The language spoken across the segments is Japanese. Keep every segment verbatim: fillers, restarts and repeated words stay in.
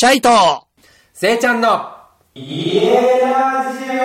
チャイとせいちゃんの家ラジ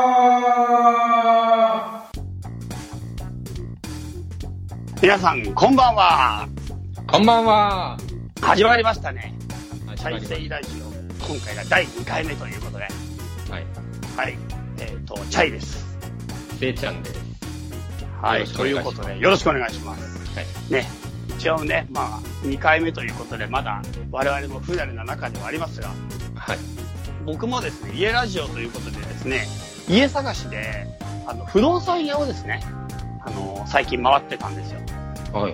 オ。皆さんこんばんは。 こんばんは。 始まりましたね。チャイセイラジオ、今回がだいにかいめということで、 はいはい、えっ、ー、とチャイです。 せいちゃんです。 はい、ということでよろしくお願いします。はい、ね、一応ね、まあにかいめということでまだ我々も不慣れな中ではありますが、 はい、僕もですね、家ラジオということでですね、家探しであの不動産屋をですね、あの最近回ってたんですよ。 はいはい。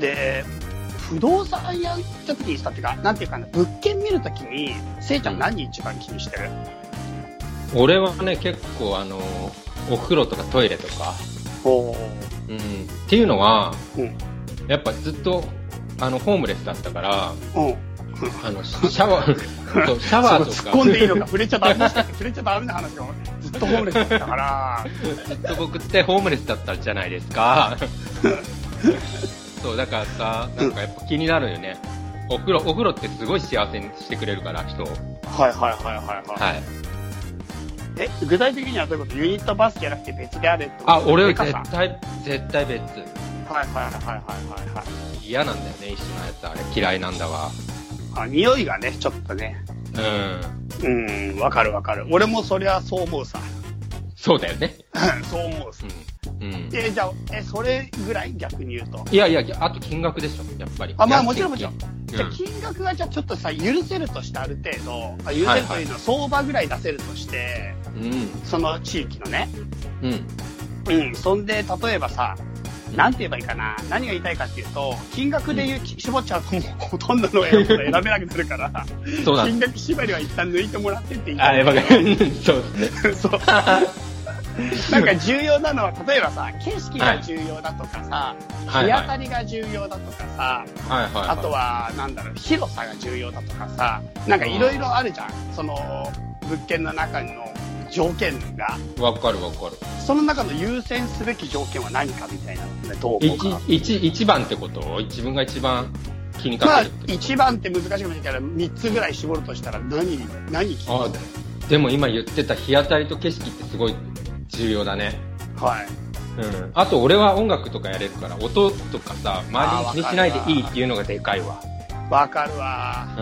で、不動産屋行った時にさ、ってか、なんていうかな、物件見るときに、せいちゃん何一番気にしてる？ 俺はね、結構あの、お風呂とかトイレとか。 おー。 うん。っていうのは、 うん、 やっぱずっと、あの、ホームレスだったから、 うん。 あの、シャワー、そう、シャワーとか。 突っ込んでいいのか、触れちゃダメだ、触れちゃダメな話を、ずっとホームレスだったから。 ずっと僕ってホームレスだったじゃないですか。そう、だからさ、なんかやっぱ気になるよね。うん、お風呂、お風呂ってすごい幸せにしてくれるから、人を。 はいはいはいはいはい。はい。え、具体的にはどういうこと？ユニットバスじゃなくて別であれってこと？ あ、俺は絶対、絶対別。 はいはいはいはいはいはい。 嫌なんだよね、一緒のやつ。あれ嫌いなんだわ。 あ、匂いがね、ちょっとね。うん。うん、わかるわかる。俺もそりゃそう思うさ。 そうだよね。 そう思うさ。うん。うん、え、じゃあ、え、それぐらい逆に言うと。 いやいや、あと金額でしょ、やっぱり。 あ、まあもちろんもちろん。うん、じゃあ金額がじゃあちょっとさ、許せるとしてある程度、許せるというのは相場ぐらい出せるとして、はいはい、その地域のね。うん。うん。そんで、例えばさ、なんて言えばいいかな。何が言いたいかっていうと、金額で言う、うん、絞っちゃうともうほとんどの選べなくなるから、そうだ。金額縛りは一旦抜いてもらってっていい。 あ、やばい。そうですね。そう。 なんか重要なのは、例えばさ、景色が重要だとかさ、はい、日当たりが重要だとかさ、はいはいはい、あとは、なんだろう、広さが重要だとかさ、なんかいろいろあるじゃん。その、物件の中の条件が。わかるわかる。その中の優先すべき条件は何かみたいなのね、どう思うか。 一、一番ってこと？自分が一番気にかけるってこと？ まあ、一番って難しくないから、三つぐらい絞るとしたら何、何気にかける？ でも今言ってた日当たりと景色ってすごい重要だね。 はい。 うん。あと俺は音楽とかやれるから、音とかさ、周りに気にしないでいいっていうのがでかいわ。 わかるわ。 うん。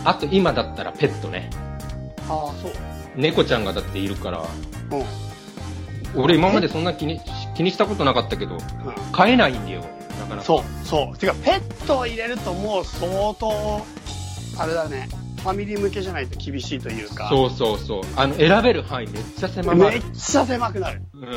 あと今だったらペットね。 ああ、そう。 猫ちゃんがだっているから。 うん。 俺今までそんな気に、気にしたことなかったけど、うん、飼えないんだよ。なかなか。 そう、そう。てか、ペットを入れるともう相当、あれだね。ファミリー向けじゃないと厳しいというか。 そうそうそう。あの、選べる範囲めっちゃ狭まる。 めっちゃ狭くなる。 うん。うん、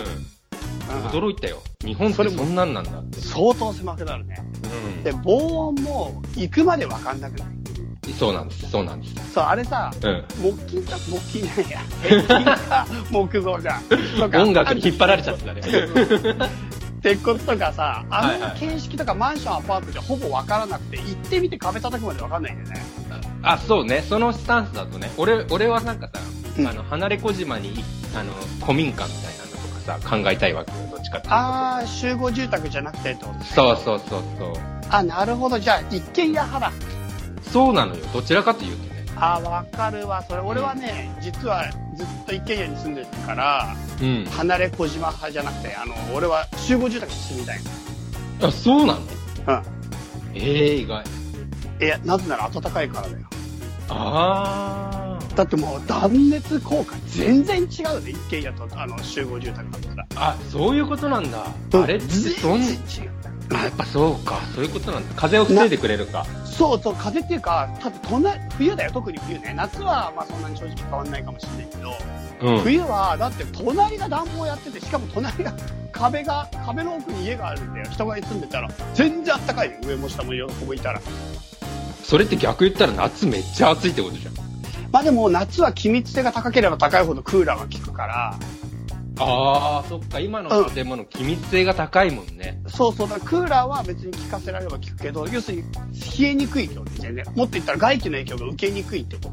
驚いたよ。日本ってそんなんなんだって。 相当狭くなるね。うん。で、防音も行くまで分かんなくない？ そうなんです。そうなんです。 そう、あれさ、うん、木金か、木金じゃないや。鉄筋か木造じゃん。 音楽に引っ張られちゃってたね。 鉄骨とかさ、あの形式とかマンションアパートじゃほぼ分からなくて、行ってみて壁叩くまで分かんないんだよね。 あ、そうね。そのスタンスだとね。俺、俺はなんかさ、うん、あの、離れ小島に、あの、古民家みたいなのとかさ、考えたいわけよ。どっちかっていうと。 あー、集合住宅じゃなくてってことね。 そうそうそうそう。 あ、なるほど。じゃあ、一軒家派だ。 そうなのよ。どちらかというとね。 あ、わかるわ。それ、俺はね、うん、実はずっと一軒家に住んでるから、うん、離れ小島派じゃなくて、あの、俺は集合住宅に住みたいの。あ、そうなの？うん。ええー、意外。 いや、なぜなら暖かいからだよ。 ああ。だってもう断熱効果全然違うね。一軒家とあの集合住宅だったら。 あ、そういうことなんだ。うん、あれってどん全然違う。あ、やっぱそうか。そういうことなんだ。風を防いでくれるか。 そうそう、風っていうか、ただ隣、冬だよ、特に冬ね。夏はまあそんなに正直変わんないかもしれないけど、うん、冬はだって隣が暖房やってて、しかも隣が壁が、壁の奥に家があるんだよ。人が住んでたら、全然暖かいよ。上も下も横いたら。 それって逆言ったら夏めっちゃ暑いってことじゃん。 まあでも夏は気密性が高ければ高いほどクーラーが効くから。 ああ、そっか。今の建物、うん、気密性が高いもんね。 そうそう。だからクーラーは別に効かせられれば効くけど、要するに冷えにくいってことですよね。もっと言ったら外気の影響が受けにくいってこと。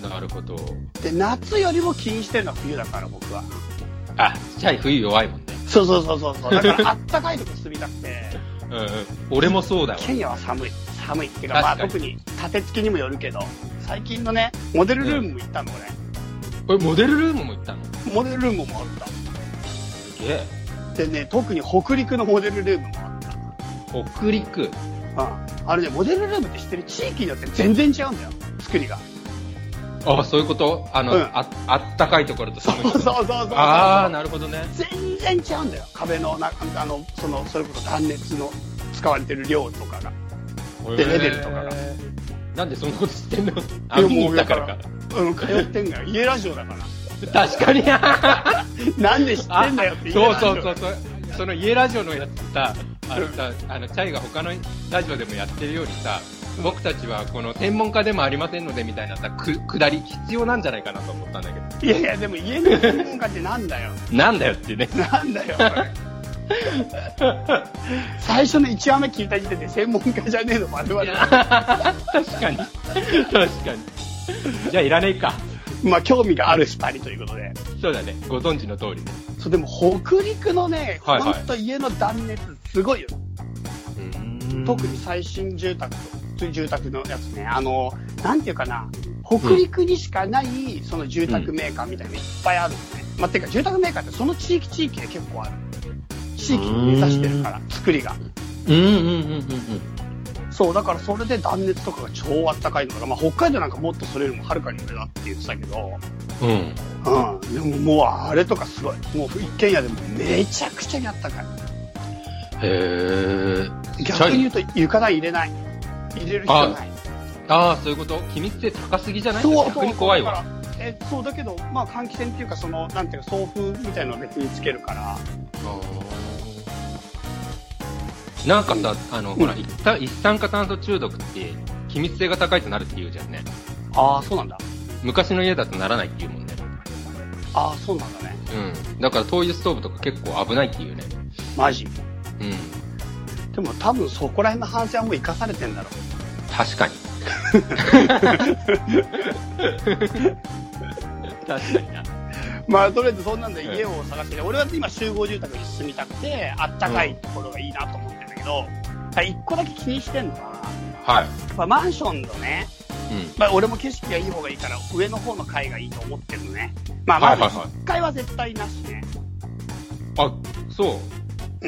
なるほど。 で、夏よりも気にしてるのは冬だから僕は。 あ、チャイ冬弱いもんね。 そうそうそうそうそう。だからあったかいとこ住みたくて。 うんうん。俺もそうだわ。 ケニアは寒い。寒いっていうか、まあ特に立て付けにもよるけど、 最近のね、モデルルームも行ったの、 俺。え、モデルルームも行ったの？ モデルルームもあった。 すげえ。 でね、特に北陸のモデルルームもあった。 北陸？うん。 あれね、モデルルームって知ってる？地域によって全然違うんだよ、作りが。 ああ、そういうこと？あの、うん、あ、あったかいところと寒いところ。 そうそうそうそう。 ああ、なるほどね。 全然違うんだよ。壁のな、あの、その、それこそ断熱の使われてる量とかが。で、レベルとかが。 なんでそんなこと知ってんの？あ、見に行ったからか。 うん、通ってんが家ラジオだから。 確かに。 なんで知ってんだよって言う。 そうそうそうそう。その家ラジオのやつさ、あのさ、あの、チャイが他のラジオでもやってるようにさ、僕たちはこの専門家でもありませんのでみたいなさ、く、くだり必要なんじゃないかなと思ったんだけど。 いやいや、でも家の専門家ってなんだよ。 なんだよってね。 なんだよ、これ。最初のいちわめ聞いた時点で専門家じゃねえの我々は。 確かに。確かに。じゃあいらねえか。 まあ興味があるふたりということで。 そうだね。ご存知の通りで。 そう、でも北陸のね、はいはい、ほんと家の断熱すごいよ。うーん、特に最新住宅と、住宅のやつね。あの、なんていうかな、北陸にしかない、うん、その住宅メーカーみたいなのがいっぱいあるのね。うん、まあ、てか住宅メーカーってその地域地域で結構ある。地域に目指してるから、作りが。 うんうんうんうんうん。 そう、だからそれで断熱とかが超あったかいのが、まあ北海道なんかもっとそれよりもはるかに上だって言ってたけど、 うん。 うん。でももうあれとかすごい。もう一軒家でもめちゃくちゃにあったかい。 へー。 逆に言うと床暖入れない。入れる必要ない。 ああ、そういうこと？気密性高すぎじゃない？ そう、 逆に怖いわ。 え、そうだけど、まあ換気扇っていうかその、なんていうか送風みたいなのを別につけるから。 なんかさ、あの、うん、ほら、一酸化炭素中毒って気密性が高いとなるって言うじゃんね。 ああ、そうなんだ。 昔の家だとならないって言うもんね。 ああ、そうなんだね。 うん。だから灯油ストーブとか結構危ないって言うね。 マジ？ うん。 でも多分そこら辺の反省はもう生かされてんだろう。 確かに。確かにな。 まあとりあえずそんなんで家を探して、うん、俺は今集合住宅に住みたくて、あったかいところがいいなと思ってるんだけど、一、うん、個だけ気にしてんのは、 はい。 まあ、マンションのね、うん、まあ俺も景色がいい方がいいから上の方の階がいいと思ってるのね。まあまずいっかいは絶対なしね。 あ、そう。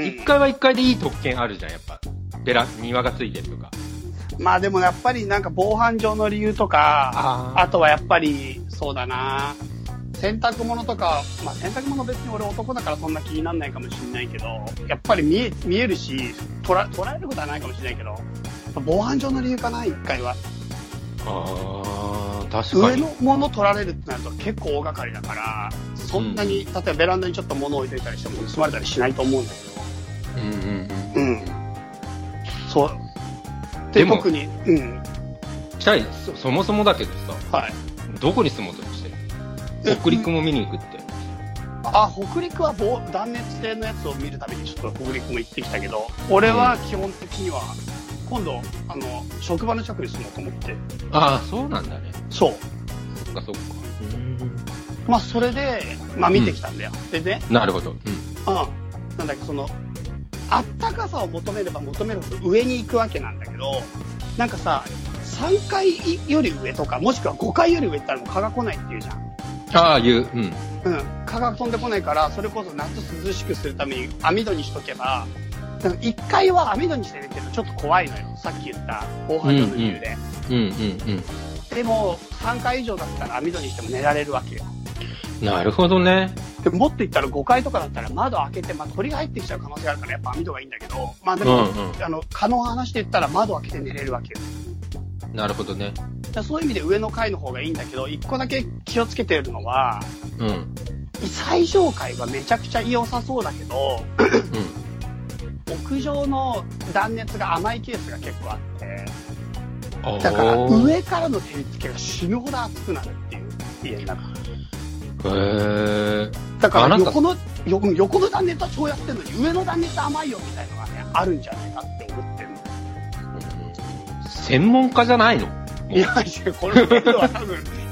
いっかいはいっかいでいい特権あるじゃん、やっぱ。ベラ、庭がついてるとか。 まあでもやっぱりなんか防犯上の理由とか、あ, あとはやっぱり、そうだな、洗濯物とか、まあ洗濯物別に俺男だからそんな気にならないかもしれないけど、やっぱり見え、見えるし、捉、捉えることはないかもしれないけど、防犯上の理由かな、いっかいは。 ああ、確かに。 上のもの取られるってなると結構大掛かりだから、そんなに、うん、例えばベランダにちょっと物を置いといたりしても盗まれたりしないと思うんだけど。うんうんうん。うん。そう。で、特に、うん。 チャイ、そ、そもそもだけどさ、 はい。 どこに住もうとしてる？北陸も見に行くって。 あ、北陸は防断熱性のやつを見るためにちょっと北陸も行ってきたけど、俺は基本的には、今度、あの、職場の近くに住もうと思って。 ああ、そうなんだね。 そう。 そっかそっか。 まあ、それで、まあ見てきたんだよ。うん、でね。 なるほど。うん。 ああ、なんだっけ、その、あったかさを求めれば求めるほど上に行くわけなんだけど、なんかさ、さんかいより上とか、もしくはごかいより上って言ったらもう蚊が来ないって言うじゃん。 ああ、言う。うん。 うん。蚊が飛んでこないから、それこそ夏涼しくするために網戸にしとけば、いっかいは網戸にして寝てるとちょっと怖いのよ。さっき言った防犯上の理由で。 うんうん。うんうんうん。 でも、さんかい以上だったら網戸にしても寝られるわけよ。 なるほどね。 でももっと言ったらごかいとかだったら窓開けて、まあ鳥が入ってきちゃう可能性があるからやっぱ網戸がいいんだけど、まあでも、うんうん、あの、蚊の話で言ったら窓開けて寝れるわけよ。 なるほどね。 そういう意味で上の階の方がいいんだけど、一個だけ気をつけてるのは、うん。最上階はめちゃくちゃ良さそうだけど、うん、屋上の断熱が甘いケースが結構あって、だから上からの照り付けが死ぬほど熱くなるっていう家の中。 へー。 だから横の、横の断熱は超やってるのに上の断熱甘いよみたいなのがね、あるんじゃないかって思ってるの。 専門家じゃないの？ いや、この程度は多分、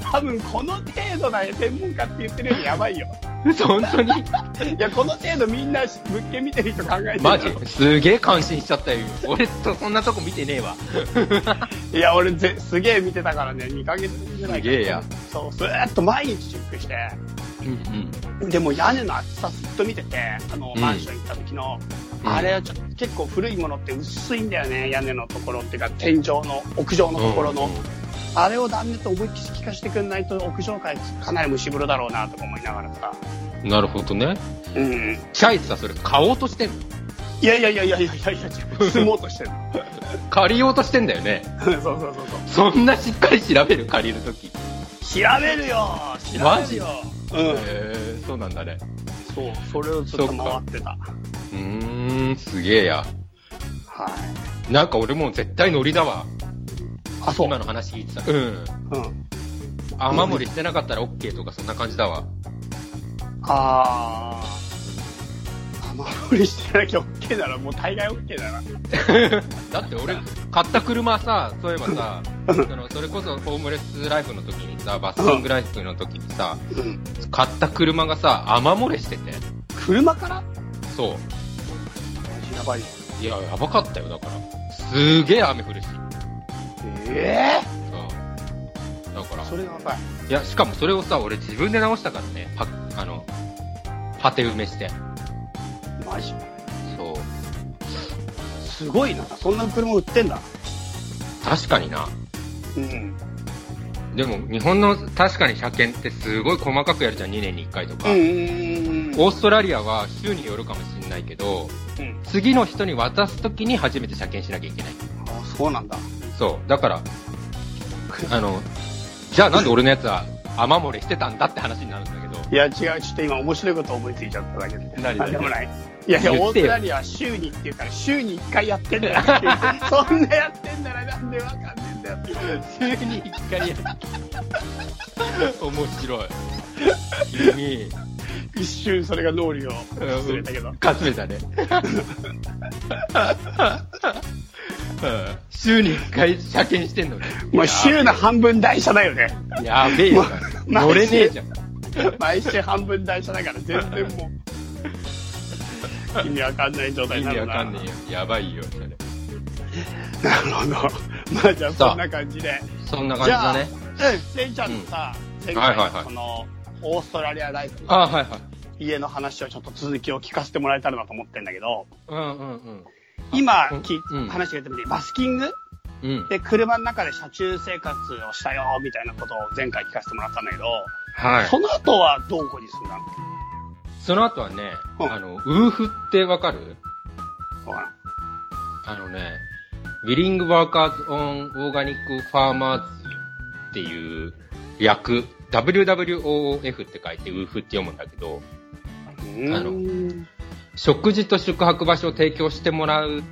多分この程度な専門家って言ってるよりやばいよ。 本当にいや、この程度みんな物件見てる人考えてる。 マジすげえ感心しちゃったよ。俺とそんなとこ見てねえわ。 いや、俺ぜすげえ見てたからね、にかげつぐらい。 すげえや。 そう、ずーっと毎日チェックして。うんうん。でも屋根の厚さずっと見てて、あの、マンション行った時の、うん、あれはちょっと結構古いものって薄いんだよね、屋根のところっていうか、天井の、屋上のところの。うんうん、あれを断熱思いっきり効かしてくんないと屋上界かなり蒸し風呂だろうなとか思いながらさ。 なるほどね。 うん。 チャイさ、それ買おうとしてんの？ いやいやいやいやいやいやいや、住もうとしてるの。 借りようとしてんだよね。 そうそうそうそう。そんなしっかり調べる？借りるとき。 調べるよ調べるよ。 マジ？ うん。 へー、そうなんだね。 そう、それをずっと回ってた。 うーん、すげえや。 はい。 なんか俺もう絶対ノリだわ。 あ、そう。 今の話聞いてた。うん。うん。雨漏りしてなかったら OK とかそんな感じだわ。 あー。雨漏りしてなきゃ OK ならもう大概 OK だな。 だって俺、買った車さ、そういえばさ、そのそれこそホームレスライブの時にさ、バッシングライブの時にさ、うん、買った車がさ、雨漏れしてて。 車から？ そう。 やばい。 いや、やばかったよ、だから。すげえ雨降るし。 えぇ、 ー、そう。だから。 それがやばい。 いや、しかもそれをさ、俺自分で直したからね。は、あの、パテ埋めして。 マジ？ そう。 すごいな。そんな車売ってんだ。 確かにな。 うん。 でも、日本の確かに車検ってすごい細かくやるじゃん、にねんにいっかいとか。 うん。オーストラリアは州によるかもしれないけど、うん、次の人に渡すときに初めて車検しなきゃいけない。 ああ、そうなんだ。 そう。だから、あの、じゃあなんで俺のやつは雨漏りしてたんだって話になるんだけど。 いや、違う。ちょっと今面白いこと思いついちゃっただけで。 何でもない。いやいや、オーストラリアは週にって言うから、週にいっかいやってんだよって言って。そんなやってんならなんでわかんねえんだよって。 週にいっかいやって。面白い。君。 一瞬それが脳裏を忘れたけど。 かすれたね。週にいっかい車検してんのね。 もう週の半分台車だよね。 やべえよ。乗れねえじゃん。 毎週半分台車だから全然もう。意味わかんない状態になるな。 意味わかんねえよ。やばいよ、それ。 なるほど。まあじゃあそんな感じで。 そんな感じだね。 うん、せいちゃんのさ、前回のその、オーストラリアライフの家の話をちょっと続きを聞かせてもらえたらなと思ってんだけど、 うんうんうん、 今、きうん、話が出てみて、バスキング、うん、で、車の中で車中生活をしたよ、みたいなことを前回聞かせてもらったんだけど、はい、その後はどこに住んだの？ その後はね、うん、あの、ウーフってわかる？ わからん。 あのね、ウィリングワーカーズオンオーガニックファーマーズっていう略、ダブリューダブリューオーオーエフ って書いてウーフって読むんだけど、あの、食事と宿泊場所を提供してもらうって、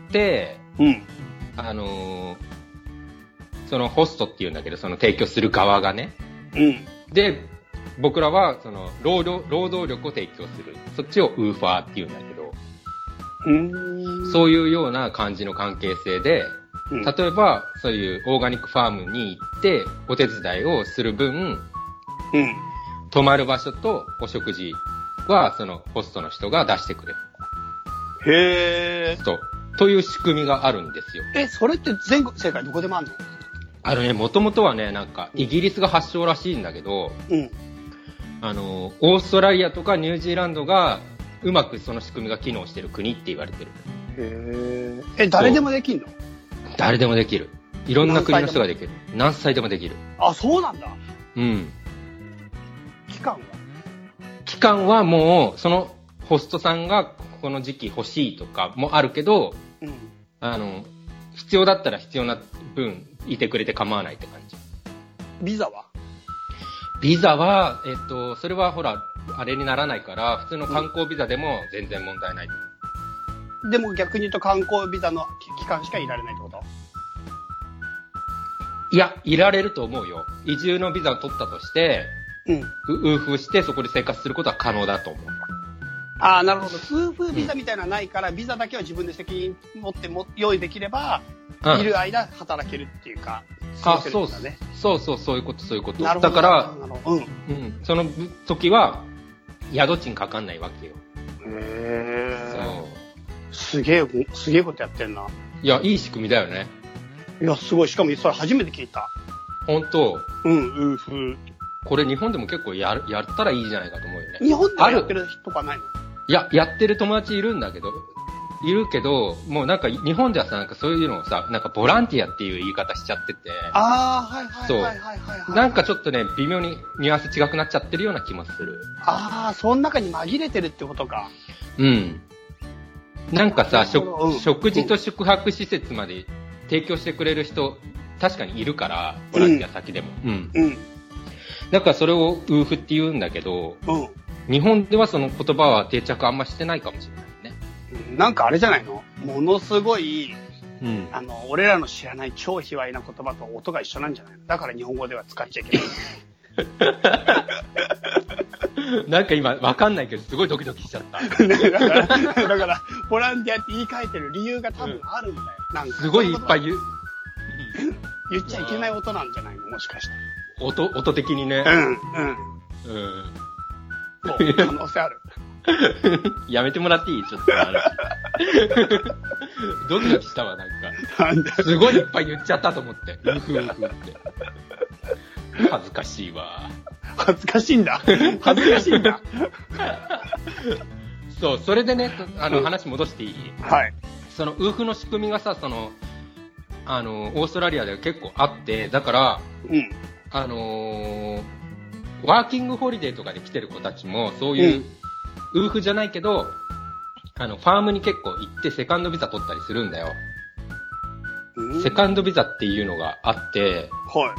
うん、あの、そのホストっていうんだけど、その提供する側がね、うん、で、僕らはその労働、労働力を提供する。そっちをウーファーっていうんだけど、うん、そういうような感じの関係性で、うん、例えばそういうオーガニックファームに行ってお手伝いをする分、うん、泊まる場所とお食事はそのホストの人が出してくれる。 へー。 そう。という仕組みがあるんですよ。 え、それって全国、世界どこでもあるの？ あのね、もともとはね、なんかイギリスが発祥らしいんだけど、うん、あの、オーストラリアとかニュージーランドがうまくその仕組みが機能してる国って言われてる。 へー。え、誰でもできんの？ 誰でもできる。いろんな国の人ができる。何歳でもできる。 あ、そうなんだ。 うん。 期間は？ 期間はもう、そのホストさんがこの時期欲しいとかもあるけど、うん、あの、必要だったら必要な分いてくれて構わないって感じ。 ビザは？ ビザは、えっと、それはほら、あれにならないから、普通の観光ビザでも全然問題ない。 うん、でも逆に言うと観光ビザの期間しかいられないってこと？ いや、いられると思うよ。移住のビザを取ったとして、うん、ウーフしてそこで生活することは可能だと思う。 ああ、なるほど。ウーフビザみたいなのはないから、うん、ビザだけは自分で責任持っても用意できれば、うん、いる間働けるっていうか、 過ごせるんだね。 そうそう、そういうこと、そういうこと。 なるほど。 だから、 うん。 うん。その時は、宿賃かかんないわけよ。 へー。 そう。 すげえ、すげえことやってんな。 いや、いい仕組みだよね。 いや、すごい。しかも、それ初めて聞いた。 ほんと。 うん、ウーフ。 これ日本でも結構やる、やったらいいじゃないかと思うよね。 日本ではやってる人がないの？ いや、やってる友達いるんだけど、いるけど、もうなんか日本ではさ、なんかそういうのをさ、なんかボランティアっていう言い方しちゃってて。 ああ、はいはいはいはいはい、はい。 なんかちょっとね、微妙にニュアンス違くなっちゃってるような気もする。 ああ、その中に紛れてるってことか。 うん。なんかさ、 うん、 食事と宿泊施設まで提供してくれる人、確かにいるから、ボランティア先でも。うん。うん。だからそれをウーフって言うんだけど、うん。日本ではその言葉は定着あんましてないかもしれないね。 なんかあれじゃないの？ものすごい、うん、あの、俺らの知らない超卑猥な言葉と音が一緒なんじゃないの？だから日本語では使っちゃいけない。 なんか今わかんないけどすごいドキドキしちゃった。 だから、だから、ボランティアって言い換えてる理由が多分あるんだよ。うん、なんかすごいいっぱい言う。 言っちゃいけない音なんじゃないの？もしかして。 音、音的にね。 うん、うん。うん。そう、可能性ある。 やめてもらっていい？ちょっとあれ。ドキドキしたわ、なんか。なんすごいいっぱい言っちゃったと思って。うふうふって。恥ずかしいわ。 恥ずかしいんだ。恥ずかしいんだ。 そう、それでね、あの、話戻していい？ はい。 その、ウーフの仕組みがさ、その、あの、オーストラリアでは結構あって、だから、うん。あのー、ワーキングホリデーとかで来てる子たちも、そういう、うん、ウーフじゃないけど、あの、ファームに結構行ってセカンドビザ取ったりするんだよ。うん、セカンドビザっていうのがあって、 はい。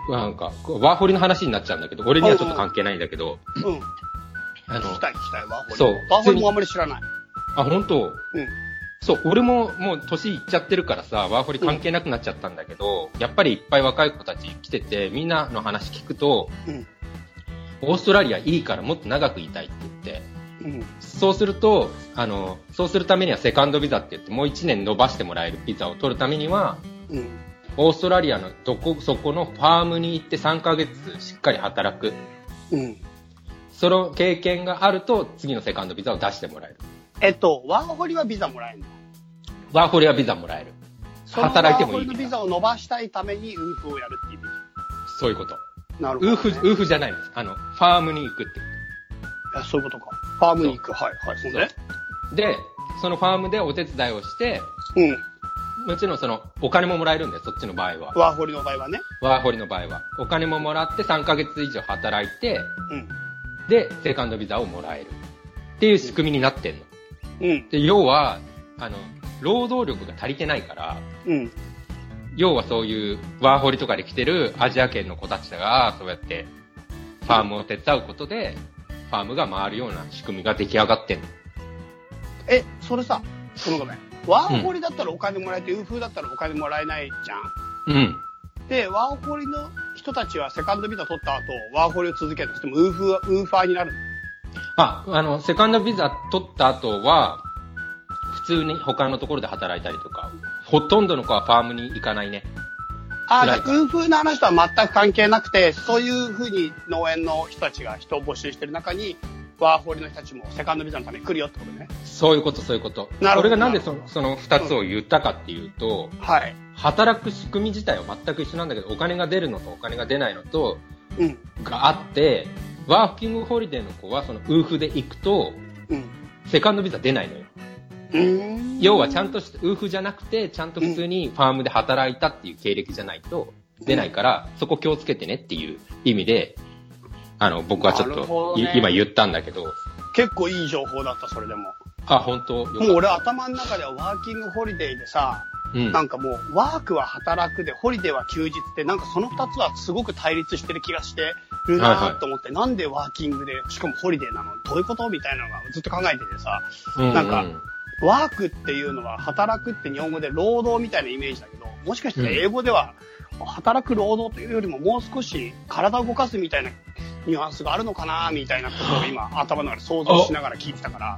なんか、ワーホリの話になっちゃうんだけど、俺にはちょっと関係ないんだけど、 うん。あの、聞きたい聞きたい、ワーホリ。 そう。 ワーホリもあんまり知らない。 あ、本当？ うん。 そう、俺ももう年いっちゃってるからさ、ワーホリ関係なくなっちゃったんだけど、うん、やっぱりいっぱい若い子たち来てて、みんなの話聞くと、うん、オーストラリアいいからもっと長くいたいって言って、うん、そうすると、あの、そうするためにはセカンドビザって言って、もういちねん伸ばしてもらえるビザを取るためには、うん、オーストラリアのどこ、そこのファームに行ってさんかげつしっかり働く。うん、その経験があると、次のセカンドビザを出してもらえる。 えっと、ワーホリはビザもらえるの？ ワーホリはビザもらえる。働いてもいい。 ワーホリのビザを伸ばしたいためにウーフをやるっていう意味。 そういうこと。 なるほど、ね。 ウーフ、ウーフじゃないんです。あの、ファームに行くってこと。そういうことか。ファームに行く。はい、はい。そうね。 で、そのファームでお手伝いをして、うん。もちろんその、お金ももらえるんだよ、そっちの場合は。 ワーホリの場合はね。 ワーホリの場合は。お金ももらってさんかげつ以上働いて、うん。で、セカンドビザをもらえる。っていう仕組みになってんの。うん。で、要は、あの、労働力が足りてないから、うん。要はそういうワーホリとかで来てるアジア圏の子たちが、そうやってファームを手伝うことで、ファームが回るような仕組みが出来上がってんの。 え、それさ、そのごめん。ワーホリだったらお金もらえて、うん、ウーフだったらお金もらえないじゃん。うん。で、ワーホリの人たちはセカンドビザ取った後、ワーホリを続けるとしても、ウーフは、ウーファーになるの？ あ、あの、セカンドビザ取った後は、普通に他のところで働いたりとか、ほとんどの子はファームに行かないね。 ああ、ウーフの話とは全く関係なくて、そういうふうに農園の人たちが人を募集してる中に、ワーホリの人たちもセカンドビザのために来るよってことね。 そういうこと、そういうこと。なるほど。俺がなんでその、その二つを言ったかっていうと、うん、はい。働く仕組み自体は全く一緒なんだけど、お金が出るのとお金が出ないのと、うん。があって、ワーキングホリデーの子はそのウーフで行くと、うん。セカンドビザ出ないのよ。うーん。要はちゃんとして、ウーフじゃなくて、ちゃんと普通にファームで働いたっていう経歴じゃないと出ないから、うん、そこ気をつけてねっていう意味で、あの、僕はちょっと、ね、今言ったんだけど。 結構いい情報だった、それでも。 あ、本当？ もう俺頭の中ではワーキングホリデーでさ、うん、なんかもうワークは働くで、ホリデーは休日って、なんかその二つはすごく対立してる気がしてるなと思って、はいはい、なんでワーキングで、しかもホリデーなのどういうことみたいなのがずっと考えててさ、うんうん、なんか、ワークっていうのは働くって日本語で労働みたいなイメージだけど、もしかして英語では働く労働というよりももう少し体を動かすみたいなニュアンスがあるのかなみたいなことを今頭の中で想像しながら聞いてたから。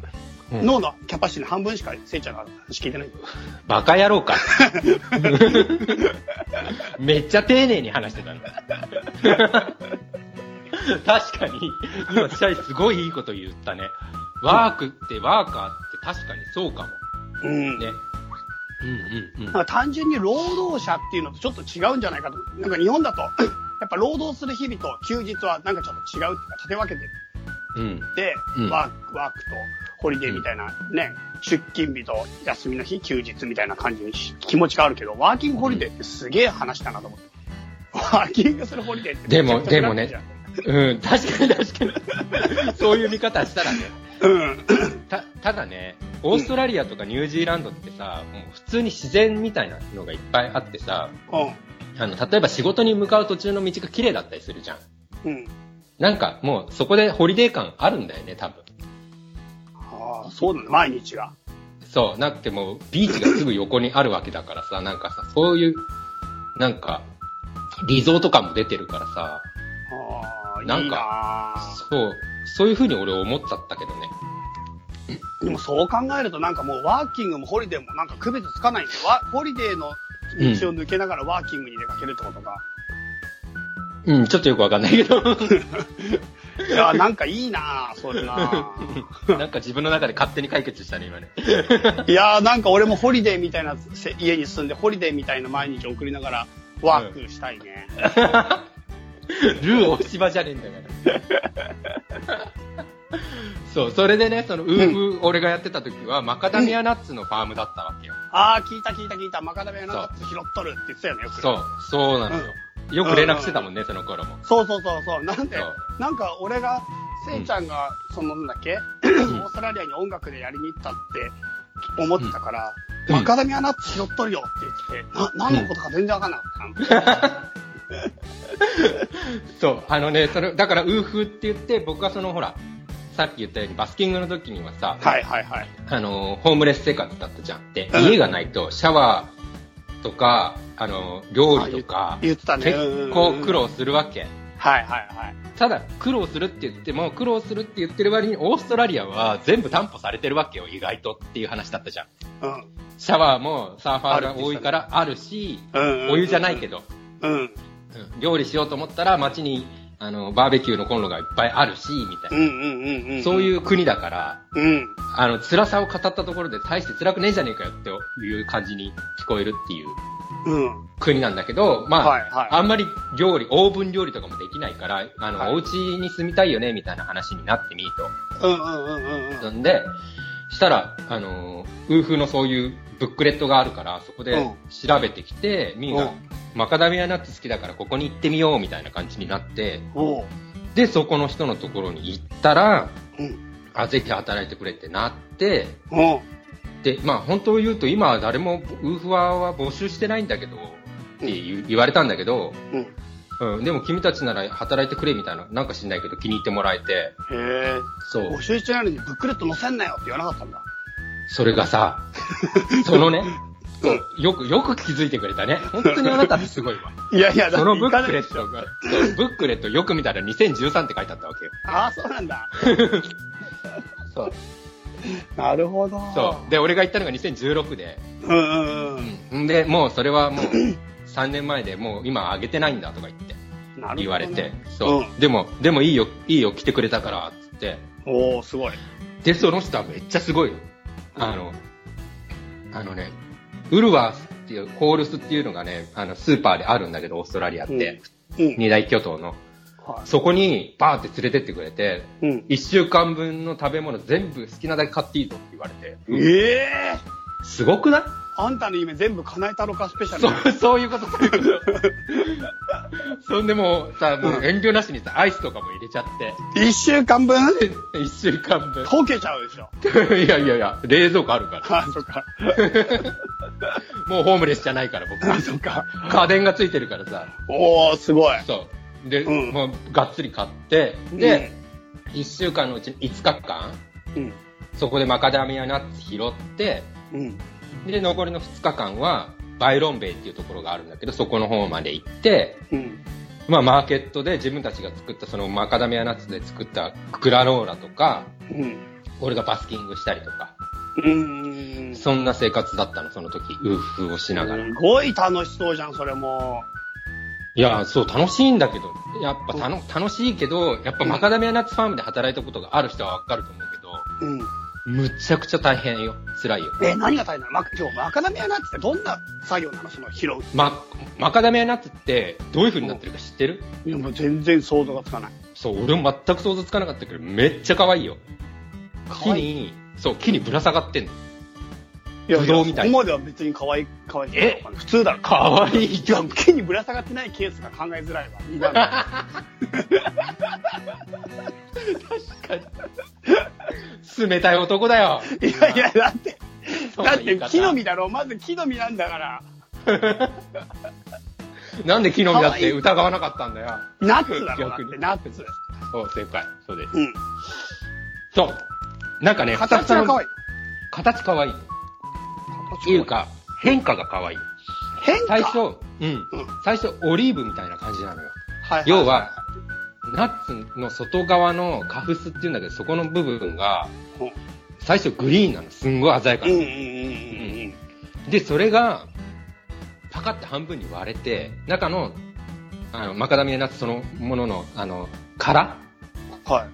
うん、脳のキャパシティの半分しかせいちゃんが話聞いてない。 バカ野郎か。めっちゃ丁寧に話してたんだ。確かに、今、シャイすごいいいこと言ったね。ワークってワーカーって確かにそうかも。 うん。 ね。うんうんうん。 単純に労働者っていうのとちょっと違うんじゃないかと。なんか日本だと、やっぱ労働する日々と休日はなんかちょっと違うっていうか、立て分けてる。うん。で、うん、ワーク、ワークとホリデーみたいなね、うん、出勤日と休みの日、休日みたいな感じに気持ちがあるけど、ワーキングホリデーってすげえ話だなと思って。うん、ワーキングするホリデーってでも、でもね、うん、確かに確かに。そういう見方したらね。うん。た、ただね、オーストラリアとかニュージーランドってさ、もう普通に自然みたいなのがいっぱいあってさ、うん、あの、例えば仕事に向かう途中の道が綺麗だったりするじゃん。うん。なんかもうそこでホリデー感あるんだよね、多分。 ああ、そうなんだ、毎日が。 そう、なくてもビーチがすぐ横にあるわけだからさ、なんかさ、そういう、なんか、リゾート感も出てるからさ、 あなんか、いいなそう、そういう風に俺思っちゃったけどね。 でもそう考えるとなんかもうワーキングもホリデーもなんか区別つかないんで、ホリデーの道を抜けながらワーキングに出かけるってことか。 うん、ちょっとよくわかんないけど。 いや、なんかいいなぁ、それなぁ。なんか自分の中で勝手に解決したね、今ね。 いやー、なんか俺もホリデーみたいな家に住んで、ホリデーみたいな毎日送りながらワークしたいね。 うん、ルー大芝じゃねえんだから。そう、それでね、その、ウーフ、うん、俺がやってた時は、マカダミアナッツのファームだったわけよ。 うん、ああ、聞いた聞いた聞いた。マカダミアナッツ拾っとるって言ってたよね、よく。 そう、そうなのよ。うん、よく連絡してたもんね、うん、その頃も。 そうそうそうそう。なんで、なんか俺が、せいちゃんが、そのなんだっけ、うん、オーストラリアに音楽でやりに行ったって思ってたから、うん、マカダミアナッツ拾っとるよって言って、な、何のことか全然わかんなかったな。 そう、あのね、それ、だからウーフって言って、僕はそのほら、さっき言ったようにバスキングの時にはさ、 はいはいはい。 あの、ホームレス生活だったじゃん。で、うん、家がないとシャワーとか、あの、料理とか、 言ってたね。 結構苦労するわけ。 はいはいはい。 ただ、苦労するって言っても、苦労するって言ってる割に、オーストラリアは全部担保されてるわけよ、意外とっていう話だったじゃん。うん。シャワーもサーファーが多いからあるし、うん、お湯じゃないけど、うん。うん。料理しようと思ったら街に、あの、バーベキューのコンロがいっぱいあるし、みたいな。うんうんうんうん。そういう国だから、うん。あの、辛さを語ったところで大して辛くねえじゃねえかよっていう感じに聞こえるっていう。うん。国なんだけど、まあ、はいはい、あんまり料理、オーブン料理とかもできないから、あの、はい、お家に住みたいよね、みたいな話になってみると。うんうんうんうんうん。んで、したら、あの、ウーフのそういうブックレットがあるから、そこで調べてきて、ミーが、マカダミアナッツ好きだからここに行ってみようみたいな感じになって、で、そこの人のところに行ったら、うん、あ、ぜひ働いてくれってなって、で、まあ本当を言うと今は誰もウーフワーは募集してないんだけど、って言われたんだけど、うんうん、でも君たちなら働いてくれみたいな、なんか知んないけど気に入ってもらえて。へぇそう。募集してないのにブックレット載せんなよって言わなかったんだ。 それがさ、そのね、そう、よく、よく気づいてくれたね。本当にあなたってすごいわ。 いやいや、 そのブックレットが、そう、ブックレットよく見たらにせんじゅうさんって書いてあったわけよ。 ああ、そうなんだ。そう。なるほど。 そう。で、俺が言ったのがにせんじゅうろくで。うんうんうん。んで、もうそれはもうさんねんまえでもう今上げてないんだとか言って。なるほど、ね。言われて。そう、うん。でも、でもいいよ、いいよ、来てくれたから、つって。 おー、すごい。 で、その人はめっちゃすごいよ。あの、あのね、ウルワースっていう、コールスっていうのがね、あの、スーパーであるんだけど、オーストラリアって。うん。二大巨頭の。はい、そこに、バーって連れてってくれて、うん。一週間分の食べ物全部好きなだけ買っていいぞって言われて。 ええー、すごくない？ あんたの夢全部叶えたろかスペシャル。 そう、そういうこと、そういうこと。そんでもうさ、もう遠慮なしにさ、アイスとかも入れちゃって。 一週間分一週間分。 溶けちゃうでしょ。いやいやいや、冷蔵庫あるから。 あ、そっか。 もうホームレスじゃないから僕は。 あ、そっか。 家電がついてるからさ。 おー、すごい。 そう。で、うん、もうがっつり買って、で、一、うん、週間のうちいつかかん、うん、そこでマカダミアナッツ拾って、うん、で、残りのふつかかんは、バイロンベイっていうところがあるんだけど、そこの方まで行って、うん、まあ、マーケットで自分たちが作った、そのマカダミアナッツで作ったグラノーラとか、うん、 俺がバスキングしたりとか。 うーん。 そんな生活だったの、その時。ウーフをしながら。 すごい楽しそうじゃん、それも。 いや、そう、楽しいんだけど、やっぱたの、楽しいけど、やっぱマカダミアナッツファームで働いたことがある人はわかると思うけど、うん。むちゃくちゃ大変よ。辛いよ。 え、何が大変なの？ママカダミアナッツってどんな作業なの？その拾う。 ま、マカダミアナッツってどういう風になってるか知ってる？ いや、もう全然想像がつかない。 そう、俺も全く想像つかなかったけど、めっちゃ可愛いよ。木に、そう、木にぶら下がってんの。 いや、ぶどうみたいな。ここまでは別に可愛い、可愛い。 え普通だろ。 可愛い。 いや、木にぶら下がってないケースが考えづらいわ。いいな。 確かに。冷たい男だよ。 いやいや、だって、だって木の実だろ。まず木の実なんだから。 なんで木の実だって疑わなかったんだよ。 ナッツだろ。だってナッツ。 そう、正解。そうです。 うん。 そう。なんかね、 形が可愛い。 形可愛い。っていうか、変化が可愛い。 変化？ 最初、うん。最初、オリーブみたいな感じなのよ。 はい。 要は、ナッツの外側のカフスっていうんだけど、そこの部分が、最初グリーンなの。すんごい鮮やかな。 うんうんうんうん。 で、それが、パカって半分に割れて、中の、あの、マカダミアナッツそのものの、あの、殻はい。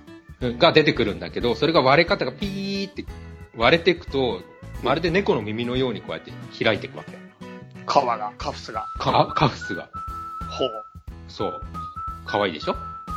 が出てくるんだけど、それが割れ方がピーって割れていくと、まるで猫の耳のようにこうやって開いていくわけ。 皮が、カフスが。 か、カフスが。 ほう。 そう。かわいいでしょ？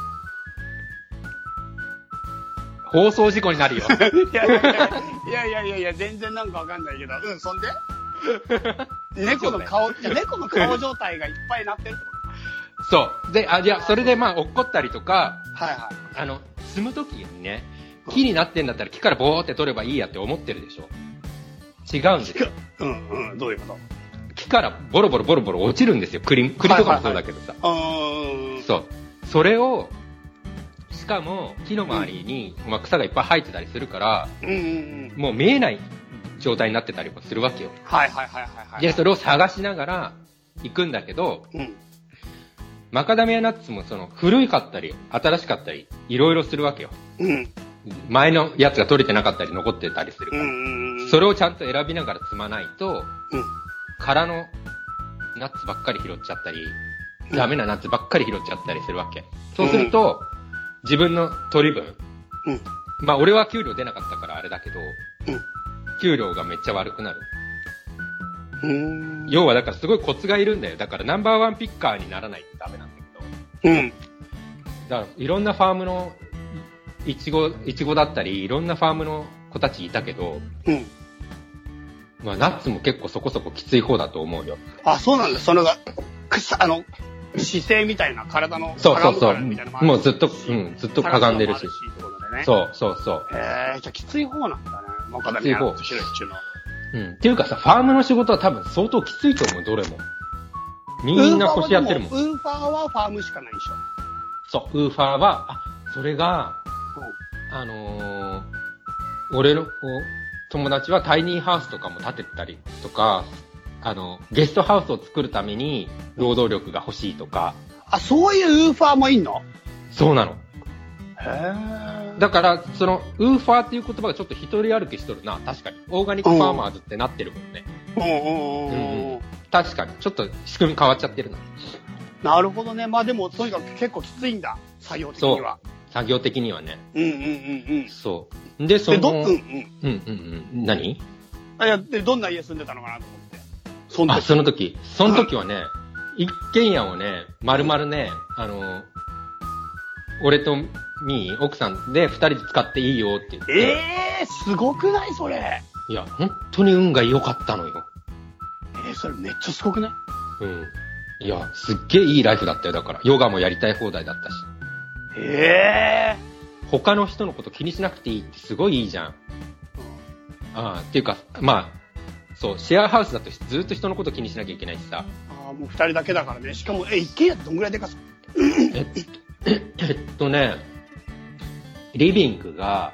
放送事故になるよ。 いやいやいやいやいやいや、全然なんかわかんないけど。うん、そんで猫の顔、じゃ猫の顔状態がいっぱいなってるってことそう。で、あ、じゃあ、それでまあ、落っこったりとか、 はいはい。 あの、積むときにね、木になってんだったら木からボーって取ればいいやって思ってるでしょ？違うんですよ。 うんうん、どういうこと？ 木からボロボロボロボロ落ちるんですよ。栗、栗とかもそうだけどさ。 はいはいはい、 そう。それを、しかも木の周りに、うん、まあ、草がいっぱい生えてたりするから、 うんうんうん、 もう見えない状態になってたりもするわけよ。 はいはいはいはい、はい。 で、それを探しながら行くんだけど、うん、マカダミアナッツもその古かったり、新しかったり、いろいろするわけよ。 うん、 前のやつが取れてなかったり残ってたりするから、 うんうん、 それをちゃんと選びながら積まないと、 うん、 空のナッツばっかり拾っちゃったり、ダメなナッツばっかり拾っちゃったりするわけ。そうすると、うん、自分の取り分、うん、まあ俺は給料出なかったからあれだけど、うん、給料がめっちゃ悪くなる。 うーん、 要はだからすごいコツがいるんだよ。だからナンバーワンピッカーにならないとダメなんだけど。 うん。 だからいろんなファームのイチゴ、イチゴだったり、いろんなファームの子たちいたけど、 うん。 まあナッツも結構そこそこきつい方だと思うよ。 あ、そうなんだ。それが、くさ、あの、姿勢みたいな体の、 そうそうそう。もうずっと、うん、ずっとかがんでるし。しね、 そうそうそう。 へえ、じゃあきつい方なんだね。マカダミアナッツ種類っていうのは。 うん。っていうかさ、ファームの仕事は多分相当きついと思う、どれも。みんな腰やってるもん。 ウーファーはファームしかないでしょ。 そう、ウーファーは、あ、それが、うん、あのー、俺の友達はタイニーハウスとかも建てたりとか、あの、ゲストハウスを作るために労働力が欲しいとか。 あ、そういうウーファーもいんの？ そうなの。 へー。 だから、その、ウーファーっていう言葉がちょっと一人歩きしとるな。確かに。オーガニックファーマーズってなってるもんね。 うんうんうん。 確かに。ちょっと仕組み変わっちゃってるな。 なるほどね。まあでも、とにかく結構きついんだ。作業的には。 そう。作業的にはね。 うんうんうんうん。 そう。で、その、 でどうんうん。 うんうんうん。何？ あ、いや、で、どんな家住んでたのかなと思って。その時。あ、その時。その時はね、一軒家をね、丸々ね、あの、俺とみー、奥さんで二人で使っていいよって言って。 ええー、すごくないそれ。 いや、本当に運が良かったのよ。 えー、それめっちゃすごくない？ うん。いや、すっげえいいライフだったよ、だから。ヨガもやりたい放題だったし。 ええー。他の人のこと気にしなくていいってすごいいいじゃん。うん、ああ、っていうか、まあ、そう、シェアハウスだとずっと人のこと気にしなきゃいけないしさ。 ああ、もう二人だけだからね。しかも、え、一軒家ってどんぐらいでかすえっえっとね、リビングが、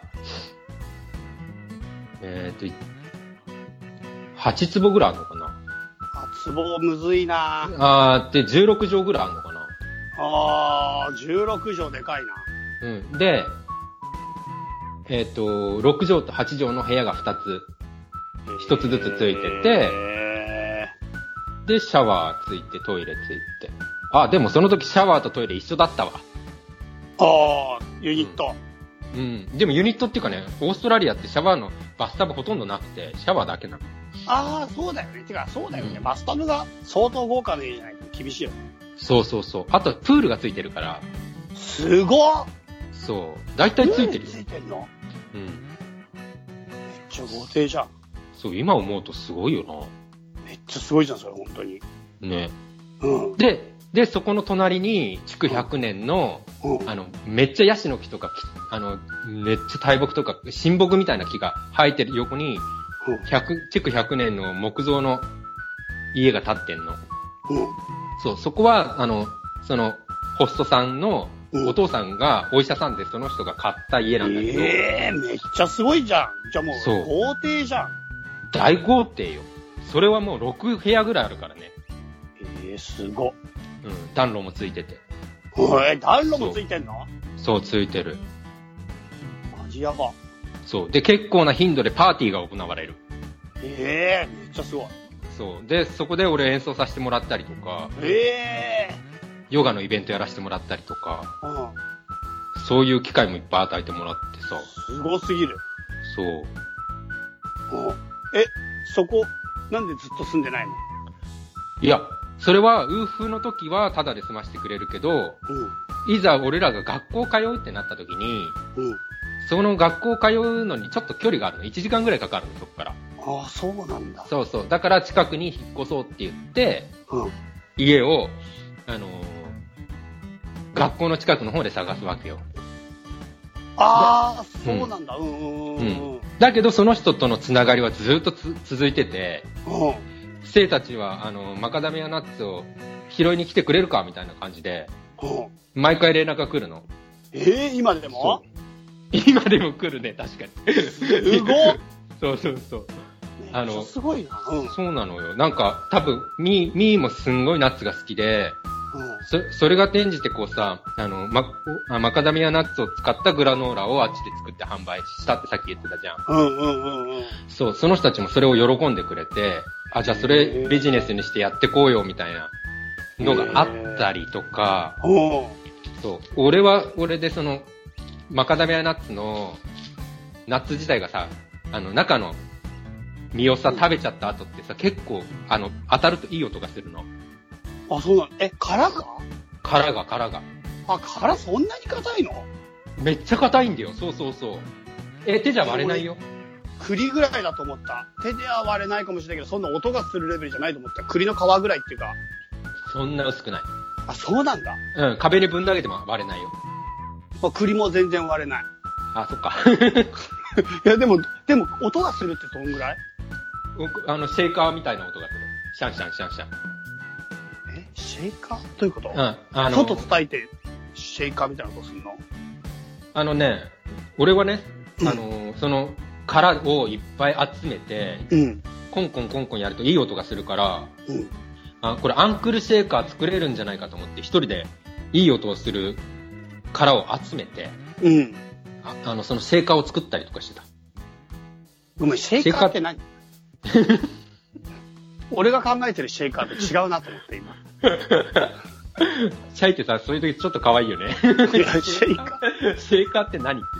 えー、っと、はち坪ぐらいあるのかな。 あ、坪むずいなあー、で、じゅうろく畳ぐらいあるのかな。 あー、じゅうろく畳でかいな。 うん。で、 えっ、ー、と、ろくじょうとはちじょうの部屋がふたつ、ひとつずつついてて、で、シャワーついて、トイレついて。あ、でもその時シャワーとトイレ一緒だったわ。 ああ、ユニット、 うん。うん。でもユニットっていうかね、オーストラリアってシャワーのバスタブほとんどなくて、シャワーだけなの。 ああ、そうだよね。てか、そうだよね、うん。バスタブが相当豪華な家じゃないと厳しいよね。 そうそうそう。あと、プールがついてるから。 すごっ。 そう。だいたいついてるよ。 ついてんの？ うん。めっちゃ豪邸じゃん。 そう、今思うとすごいよな。 めっちゃすごいじゃん、それ、本当に。 ね。 うん。 で、で、そこの隣に、築ひゃくねんの、うん、あの、めっちゃヤシの木とか、あの、めっちゃ大木とか、新木みたいな木が生えてる横に、築ひゃくねんの木造の家が建ってんの。 うん。 そう、そこは、あの、その、ホストさんの、お父さんがお医者さんでその人が買った家なんだけど。 ええー、めっちゃすごいじゃん。じゃあもう、豪邸じゃん。 大豪邸よ。それはもうろくへやぐらいあるからね。 ええー、すごっ。 うん、暖炉もついてて。 えー、暖炉もついてんの？ そう、ついてる。 マジやば。 そう。で、結構な頻度でパーティーが行われる。 ええー、めっちゃすごい。 そう。で、そこで俺演奏させてもらったりとか。 ええー。 ヨガのイベントやらせてもらったりとか、 うん、 そういう機会もいっぱい与えてもらってさ。 すごすぎる。 そう。 うん、え、そこ、なんでずっと住んでないの？ いや、それは、ウーフーの時はタダで済ましてくれるけど、うん、いざ俺らが学校通うってなった時に、うん、その学校通うのにちょっと距離があるの。いちじかんぐらいかかるの、そこから。 ああ、そうなんだ。 そうそう。だから近くに引っ越そうって言って、 うん、 家を、あのー、学校の近くの方で探すわけよ。 ああ、そうなんだ。うんうんうん。 だけどその人とのつながりはずっとつ続いてて、 うん、 生たちはあのマカダミアナッツを拾いに来てくれるかみたいな感じで、うん、毎回連絡が来るの。 えー、今でも？ 今でも来るね、確かに。 すごっ。 そうそうそう。 あのすごいな、 うん。そうなのよ。なんか多分ミーミーもすんごいナッツが好きで。うん、そ, それが転じてこうさ、あの、マ, マカダミアナッツを使ったグラノーラをあっちで作って販売したってさっき言ってたじゃん。 うんうんうんうん。 そう、その人たちもそれを喜んでくれて、あ、じゃあそれビジネスにしてやってこうよみたいなのがあったりとか、そう、俺は俺でその、マカダミアナッツのナッツ自体がさ、あの中の実をさ、食べちゃった後ってさ、結構、あの、当たるといい音がするの。 あ、そうなの？え、殻が？ 殻が、殻が。 あ、殻そんなに硬いの？ めっちゃ硬いんだよ。そうそうそう。え、手じゃ割れないよ。 栗ぐらいだと思った。手では割れないかもしれないけど、そんな音がするレベルじゃないと思った。栗の皮ぐらいっていうか。 そんな薄くない。 あ、そうなんだ。 うん、壁にぶん投げても割れないよ。 まあ、栗も全然割れない。 あ、そっか。 いや、でも、でも、音がするってどんぐらい？ あの、シェイカーみたいな音がする。シャンシャンシャンシャン。 え、シェイカー？どういうこと？うん。 あの、 外叩いて、シェイカーみたいな音するの？ あのね、俺はね、うん、あの、その、殻をいっぱい集めて、うん、コンコンコンコンやるといい音がするから、うん、あ、これアンクルシェイカー作れるんじゃないかと思って、一人でいい音をする殻を集めて、うん、あ, あの、そのシェイカーを作ったりとかしてた。 ごめん、シェイカーって何？俺が考えてるシェイカーと違うなと思って今。 シャイってさ、そういう時ちょっと可愛いよね。 いや、シェイカーシェイカーって何って。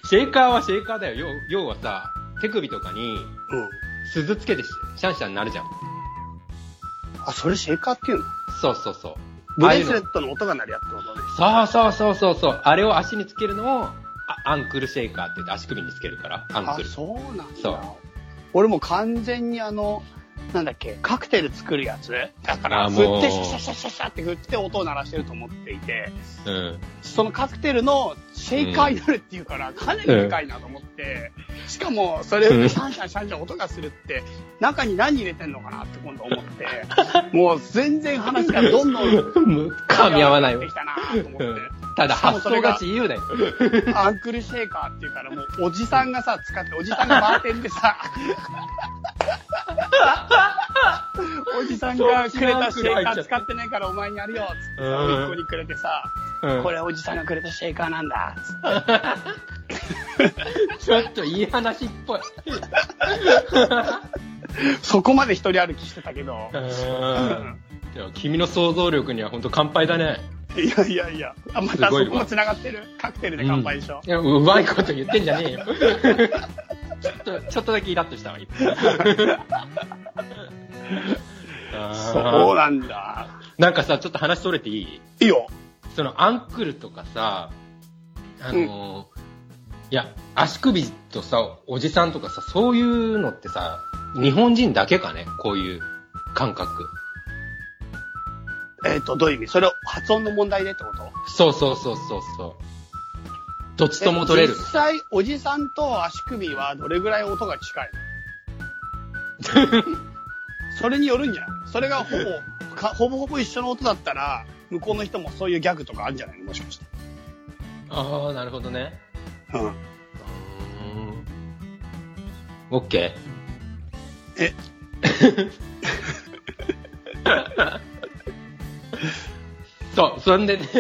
シェイカーはシェイカーだよ。要, 要はさ、手首とかに鈴つけてシャンシャンになるじゃん。 あ、それシェイカーっていうの？ そうそうそう。 ブレスレットの音が鳴るやつってことね。 そうそうそうそうそう。あれを足につけるのをアンクルシェイカーって言って足首につけるから。アンクル。 あ、そうなんだ。 そう。 俺も完全にあの、なんだっけ、カクテル作るやつだから、振ってシャシャシャシャシャって振って音を鳴らしてると思っていて、うん、そのカクテルのシェイカーになるっていうから、かなりでかいなと思って、うん、しかもそれシャンシャンシャンシャン音がするって、中に何入れてんのかなって今度思って、もう全然話がどんどん噛み合わないわ。 ってきたなと思って。 ただ発想が自由だよ。 アンクルシェイカーっていうから、もうおじさんがさ、使って、おじさんがバーテンでさ、おじさんがくれたシェイカー使ってないからお前にやるよっつってさ、おいっ子にくれてさ、うん、これおじさんがくれたシェイカーなんだっつってちょっといい話っぽい。 そこまで一人歩きしてたけど。 うん。でも君の想像力には本当乾杯だね。 いやいやいや。あ、またそこも繋がってる。カクテルで乾杯でしょ。 うん、いや、うまいこと言ってんじゃねえよ。ちょっと、ちょっとだけイラッとしたわ、今。 そうなんだ。 なんかさ、ちょっと話それていい？ いいよ。 そのアンクルとかさ、あのー、うん、いや、足首とさ、おじさんとかさ、そういうのってさ、日本人だけかね、こういう感覚。 えっと、どういう意味？それを発音の問題でってこと？ そうそうそうそうそう。どっちとも取れる。 実際、おじさんと足首はどれぐらい音が近いの？それによるんじゃない？それがほぼ、かほぼほぼ一緒の音だったら、向こうの人もそういうギャグとかあるんじゃないの？もしかして。 ああ、なるほどね。 うん。うん。 オッケー。えそう、そんでね、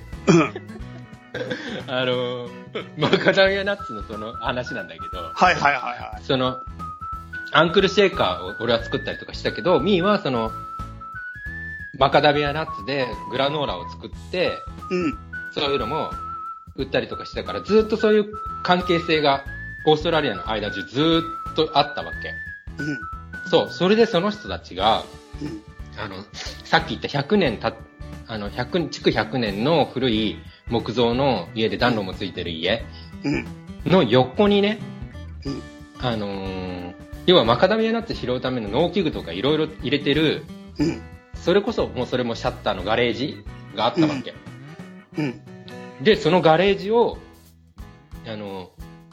あの、マカダミアナッツのその話なんだけど、 はいはいはいはい。 その、アンクルシェーカーを俺は作ったりとかしたけど、ミーはその、マカダミアナッツでグラノーラを作って、 うん。 そういうのも売ったりとかしてたから、ずっとそういう関係性がオーストラリアの間中ずっとあったわけ。 うん。 そう、それでその人たちが、 うん、 あの、さっき言ったひゃくねんた、あの、ひゃく、築ひゃくねんの古い木造の家で暖炉もついてる家の横にね、 うん、 あのー、要はマカダミアナッツ拾うための農機具とかいろいろ入れてる、 うん、 それこそもうそれもシャッターのガレージがあったわけ。 うんうん、 で、そのガレージを、あの、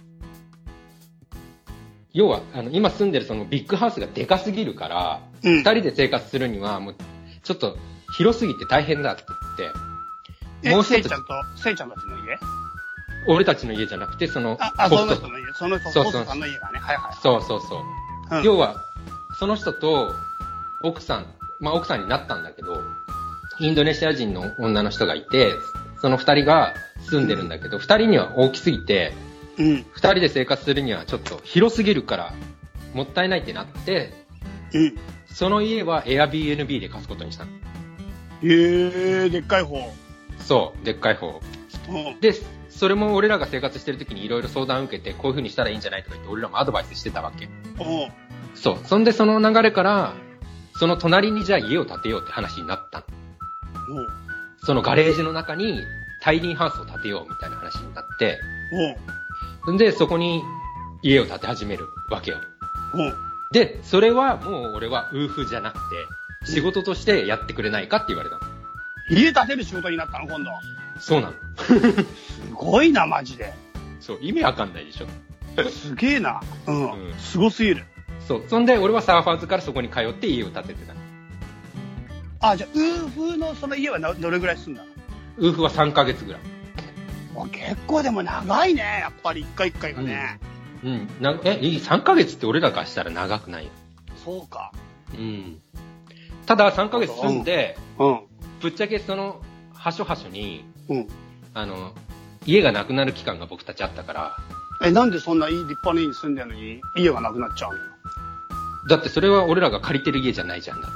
要は、あの、今住んでるそのビッグハウスがでかすぎるから、二、うん、人で生活するには、もう、ちょっと広すぎて大変だって言って、 もう一つ。せいちゃんと、せいちゃんたちの家？ 俺たちの家じゃなくて、その、 あ、あその人の家、その人、ホストさんの家がね。はいはい。 そうそうそう。うん、要は、その人と、奥さん、まあ奥さんになったんだけど、インドネシア人の女の人がいて、その二人が住んでるんだけど、二、うん、人には大きすぎて、 うん。 二人で生活するにはちょっと広すぎるから、もったいないってなって、 うん。 その家は Airbnb で貸すことにしたの。 へー、でっかい方。 そう、でっかい方。 うん。 で、それも俺らが生活してる時にいろいろ相談を受けて、こういう風にしたらいいんじゃないとか言って俺らもアドバイスしてたわけ。 うん。 そう。そんでその流れから、その隣にじゃあ家を建てようって話になったの。 うん。 そのガレージの中にタイニーハウスを建てようみたいな話になって、 うん。 で、そこに家を建て始めるわけよ。 うん。 で、それはもう俺はウーフじゃなくて、仕事としてやってくれないかって言われたの。 家建てる仕事になったの今度。 そうなの。 すごいな、マジで。 そう、意味わかんないでしょ。 すげえな。うん。うん、すごすぎる。 そう。そんで、俺はサーファーズからそこに通って家を建ててたの。 あ、じゃあ、ウーフのその家はどれぐらい住んだの？ ウーフはさんかげつぐらい。 結構でも長いね、やっぱり一回一回がね。 うん。うん、なえ、さんかげつって俺らからしたら長くないよ。 そうか。 うん。たださんかげつ住んで、 うん。 ぶっちゃけその、はしょはしょに、 うん。 あの、家がなくなる期間が僕たちあったから。 え、なんでそんないい立派な家に住んでるのに家がなくなっちゃうのよ。 だってそれは俺らが借りてる家じゃないじゃんだって。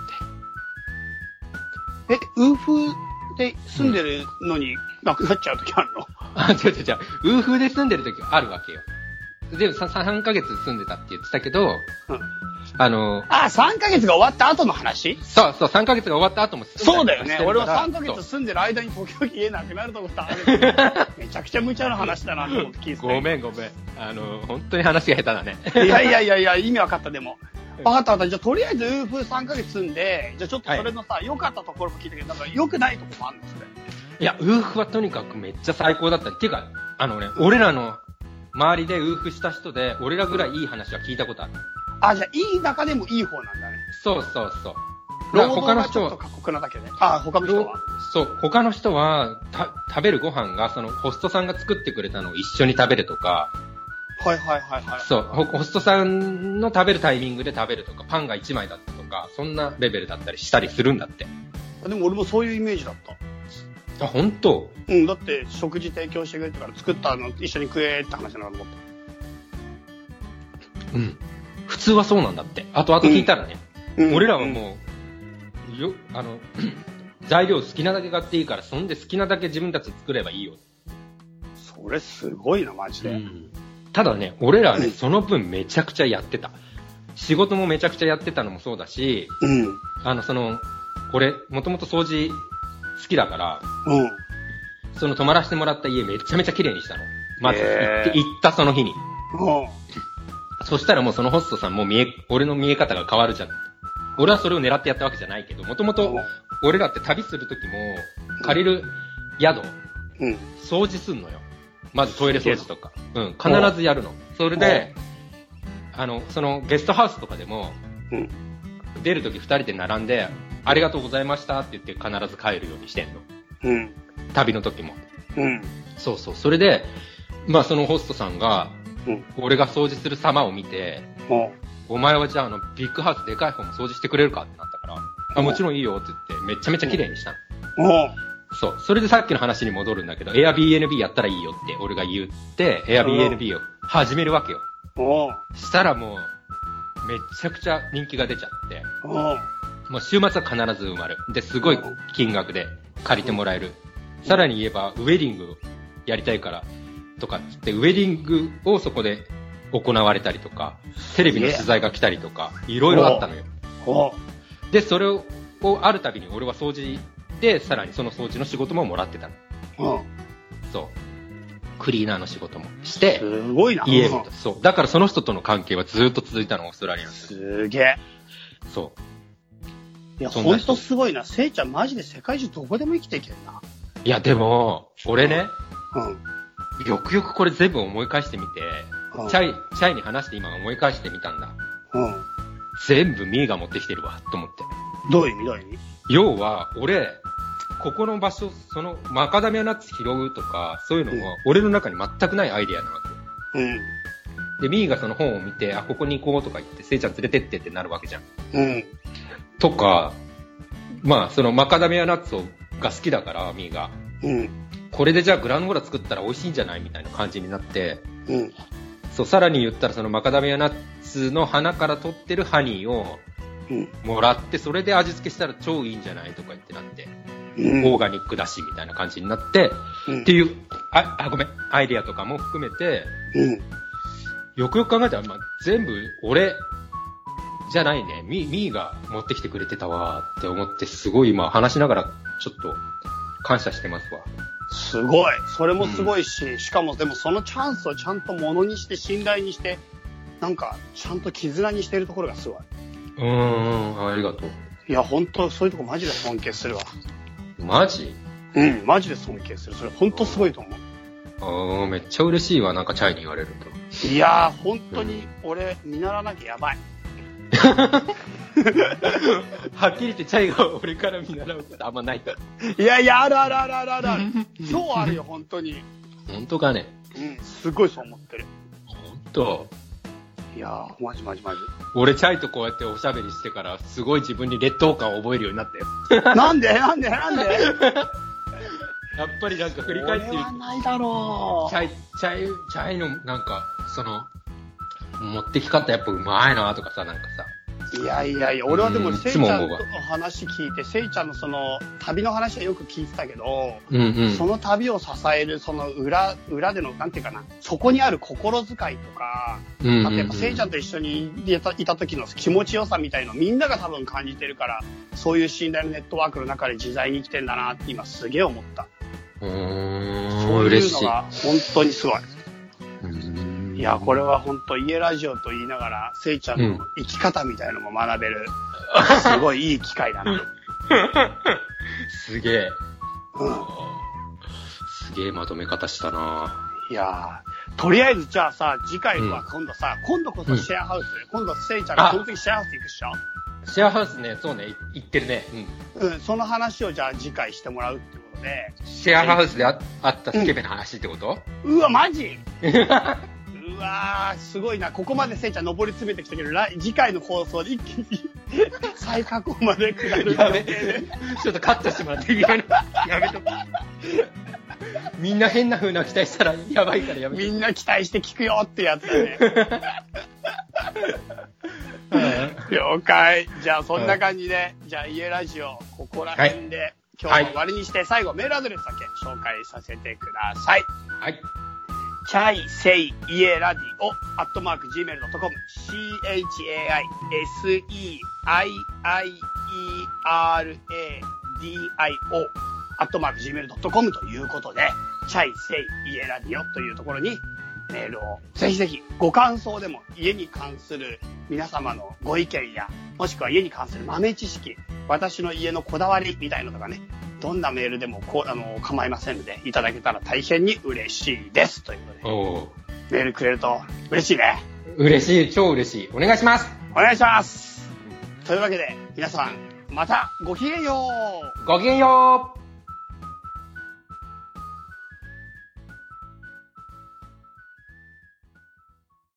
え、ウーフで住んでるのになくなっちゃう時あるの？ あ、違う違う違う。ウーフで住んでる時あるわけよ。でもさんかげつ住んでたって言ってたけど、 うん、 あの、 あ、さんかげつが終わった後の話？ そうそう、さんかげつが終わった後も住んでそうだよね。俺はさんかげつ住んでる間に時々家なくなるとこあるけど、めちゃくちゃ無茶な話だなと思って聞いてた。 ごめんごめん。あの、本当に話が下手だね。 いやいやいやいや、意味わかったでも。わかったわかった。じゃあとりあえずウーフさんかげつ住んで、じゃあちょっとそれのさ、良、はい、かったところも聞いたけど、なんか良くないところもあるのそれ。 いや、ウーフはとにかくめっちゃ最高だった。っていうか、あのね、俺らの周りでウーフした人で、俺らぐらいいい話は聞いたことある。 あ、じゃあいい中でもいい方なんだね。 そうそうそう。 他の人はちょっと過酷なだけね。あ、他の人はそう、他の人は、た、食べるご飯が、その、ホストさんが作ってくれたのを一緒に食べるとか、 はいはいはいはい。 そう、ホストさんの食べるタイミングで食べるとか、パンがいちまいだったとか、そんなレベルだったりしたりするんだって。 でも俺もそういうイメージだった。 あ、本当？ うん、だって食事提供してくれてから作ったの一緒に食えって話なのと思った。 うん。普通はそうなんだって。あとあと聞いたらね、うん、俺らはもう、よ、あの、材料好きなだけ買っていいから、そんで好きなだけ自分たち作ればいいよ。 それすごいな、マジで。うん、 ただね、俺らはね、うん、その分めちゃくちゃやってた。仕事もめちゃくちゃやってたのもそうだし、うん、あの、その、俺、もともと掃除好きだから、うん、その泊まらせてもらった家めちゃめちゃ綺麗にしたの。まず行って、行ったその日に。うん、そしたらもうそのホストさんも見え、俺の見え方が変わるじゃん。俺はそれを狙ってやったわけじゃないけど、もともと俺らって旅するときも借りる宿、うん、掃除すんのよ。まずトイレ掃除とか。うん、必ずやるの。それで、あの、そのゲストハウスとかでも、うん、出るとき二人で並んで、ありがとうございましたって言って必ず帰るようにしてんの。うん、旅の時も。うん、そうそう。それで、まあそのホストさんが、うん、俺が掃除する様を見て、うん、お前はじゃああのビッグハウスでかい方も掃除してくれるかってなったから、あ、もちろんいいよって言ってめちゃめちゃ綺麗にしたの。うん、そう。それでさっきの話に戻るんだけど、Airbnb やったらいいよって俺が言って、Airbnb を始めるわけよ。うん、したらもう、めちゃくちゃ人気が出ちゃって、うん、もう週末は必ず埋まる。で、すごい金額で借りてもらえる。うん、さらに言えば、ウェディングやりたいから、とかって、ウェディングをそこで行われたりとか、テレビの取材が来たりとか、いろいろあったのよ。で、それをあるたびに俺は掃除で、さらにその掃除の仕事ももらってたの。そう。クリーナーの仕事もして、 すごいな。 家を、そう。だからその人との関係はずっと続いたの、オーストラリア。 すげえ。 そう。 いや、ほんとすごいな。せいちゃんマジで世界中どこでも生きていけるな。 いや、でも、俺ね、うんよくよくこれ全部思い返してみて、うん、チャイ、チャイに話して今思い返してみたんだ。うん。全部ミーが持ってきてるわ、と思って。 どういう意味どういう意味？ 要は、俺、ここの場所、その、マカダミアナッツ拾うとか、そういうのも、俺の中に全くないアイデアなわけ。うん。で、ミーがその本を見て、あ、ここに行こうとか言って、せいちゃん連れてってってなるわけじゃん。うん。とか、まあ、そのマカダミアナッツが好きだから、ミーが。うん。これでじゃあグラノーラ作ったら美味しいんじゃないみたいな感じになって、うん、そうさらに言ったらそのマカダミアナッツの花から取ってるハニーをもらって、それで味付けしたら超いいんじゃないとか言ってなって、うん、オーガニックだしみたいな感じになって、うん、っていうああごめんアイディアとかも含めて、うん、よくよく考えたら、まあ、全部俺じゃないねミーが持ってきてくれてたわって思って、すごい今話しながらちょっと感謝してますわ。 すごい。それもすごいし、うん、しかもでもそのチャンスをちゃんと物にして信頼にして、なんかちゃんと絆にしてるところがすごい。 うーん、ありがとう。 いや、ほんとそういうとこマジで尊敬するわ。 マジ？ うん、マジで尊敬する。それほんとすごいと思う。 あー、めっちゃ嬉しいわ、なんかチャイに言われると。いやー、ほんとに俺見習わなきゃやばい。 はっきり言ってチャイが俺から見習うことあんまないから。 いやいや、あるあるあるあるあるある。超あるよ、ほんとに。 ほんとかね。 うん、すごいそう思ってる。 ほんと。 いやー、マジマジマジ。 俺チャイとこうやっておしゃべりしてから、すごい自分に劣等感を覚えるようになったよ。 なんでなんでなんでやっぱりなんか振り返ってる。 俺はないだろう。 チャイ、チャイ、チャイのなんか、その、持ってき方やっぱうまいなとかさ、なんかさ。 いやいやいや、俺はでもせいちゃんの話聞いて、せいちゃんのその旅の話はよく聞いてたけど、うんうん、その旅を支えるその裏、裏でのなんていうかな、そこにある心遣いとか、うんうんうん、あとやっぱせいちゃんと一緒にいた、いた時の気持ちよさみたいのみんなが多分感じてるから、そういう信頼のネットワークの中で自在に生きてんだなって今すげえ思った。 うーん、 そういうのが本当にすごい。いや、これは本当家ラジオと言いながら、せいちゃんの生き方みたいなのも学べる、うん、すごいいい機会だな。 すげえ。うん。すげえまとめ方したな。 いやー、とりあえずじゃあさ、次回は今度さ、うん、今度こそシェアハウス、うん、今度せいちゃんがその時シェアハウス行くっしょ？ シェアハウスね、そうね、行ってるね。 うん。うん、その話をじゃあ次回してもらうってことで。 シェアハウスで あ, あったスケベな話ってこと？ うん、うわ、マジ？ううわー、すごいな。ここまでせいちゃん上り詰めてきたけど、次回の放送で一気に再下降まで下る。 やべ、ちょっとカットしてもらっていいかな。やめとく。みんな変な風な期待したらやばいからやめとく。 みんな期待して聞くよってやつだね。了解。じゃあそんな感じで、じゃあ家ラジオ、ここら辺で、はい、今日は終わりにして、最後メールアドレスだけ紹介させてください。 はい。 チャイセイイエラディオアットマーク ジーメールドットコム シーエイチエーアイエスイーアイアイイーアールエーディーアイオー アットマーク ジーメールドットコム ということで、チャイセイイエラディオというところにメールをぜひぜひご感想でも、家に関する皆様のご意見や、もしくは家に関する豆知識、私の家のこだわりみたいなのとかね、どんなメールでもこうあの構いませんのでいただけたら大変に嬉しいですということで、メールくれると嬉しいね。 嬉しい、超嬉しい。お願いします。 お願いします。というわけで皆さんまたごきげんよう。 ごきげんよう。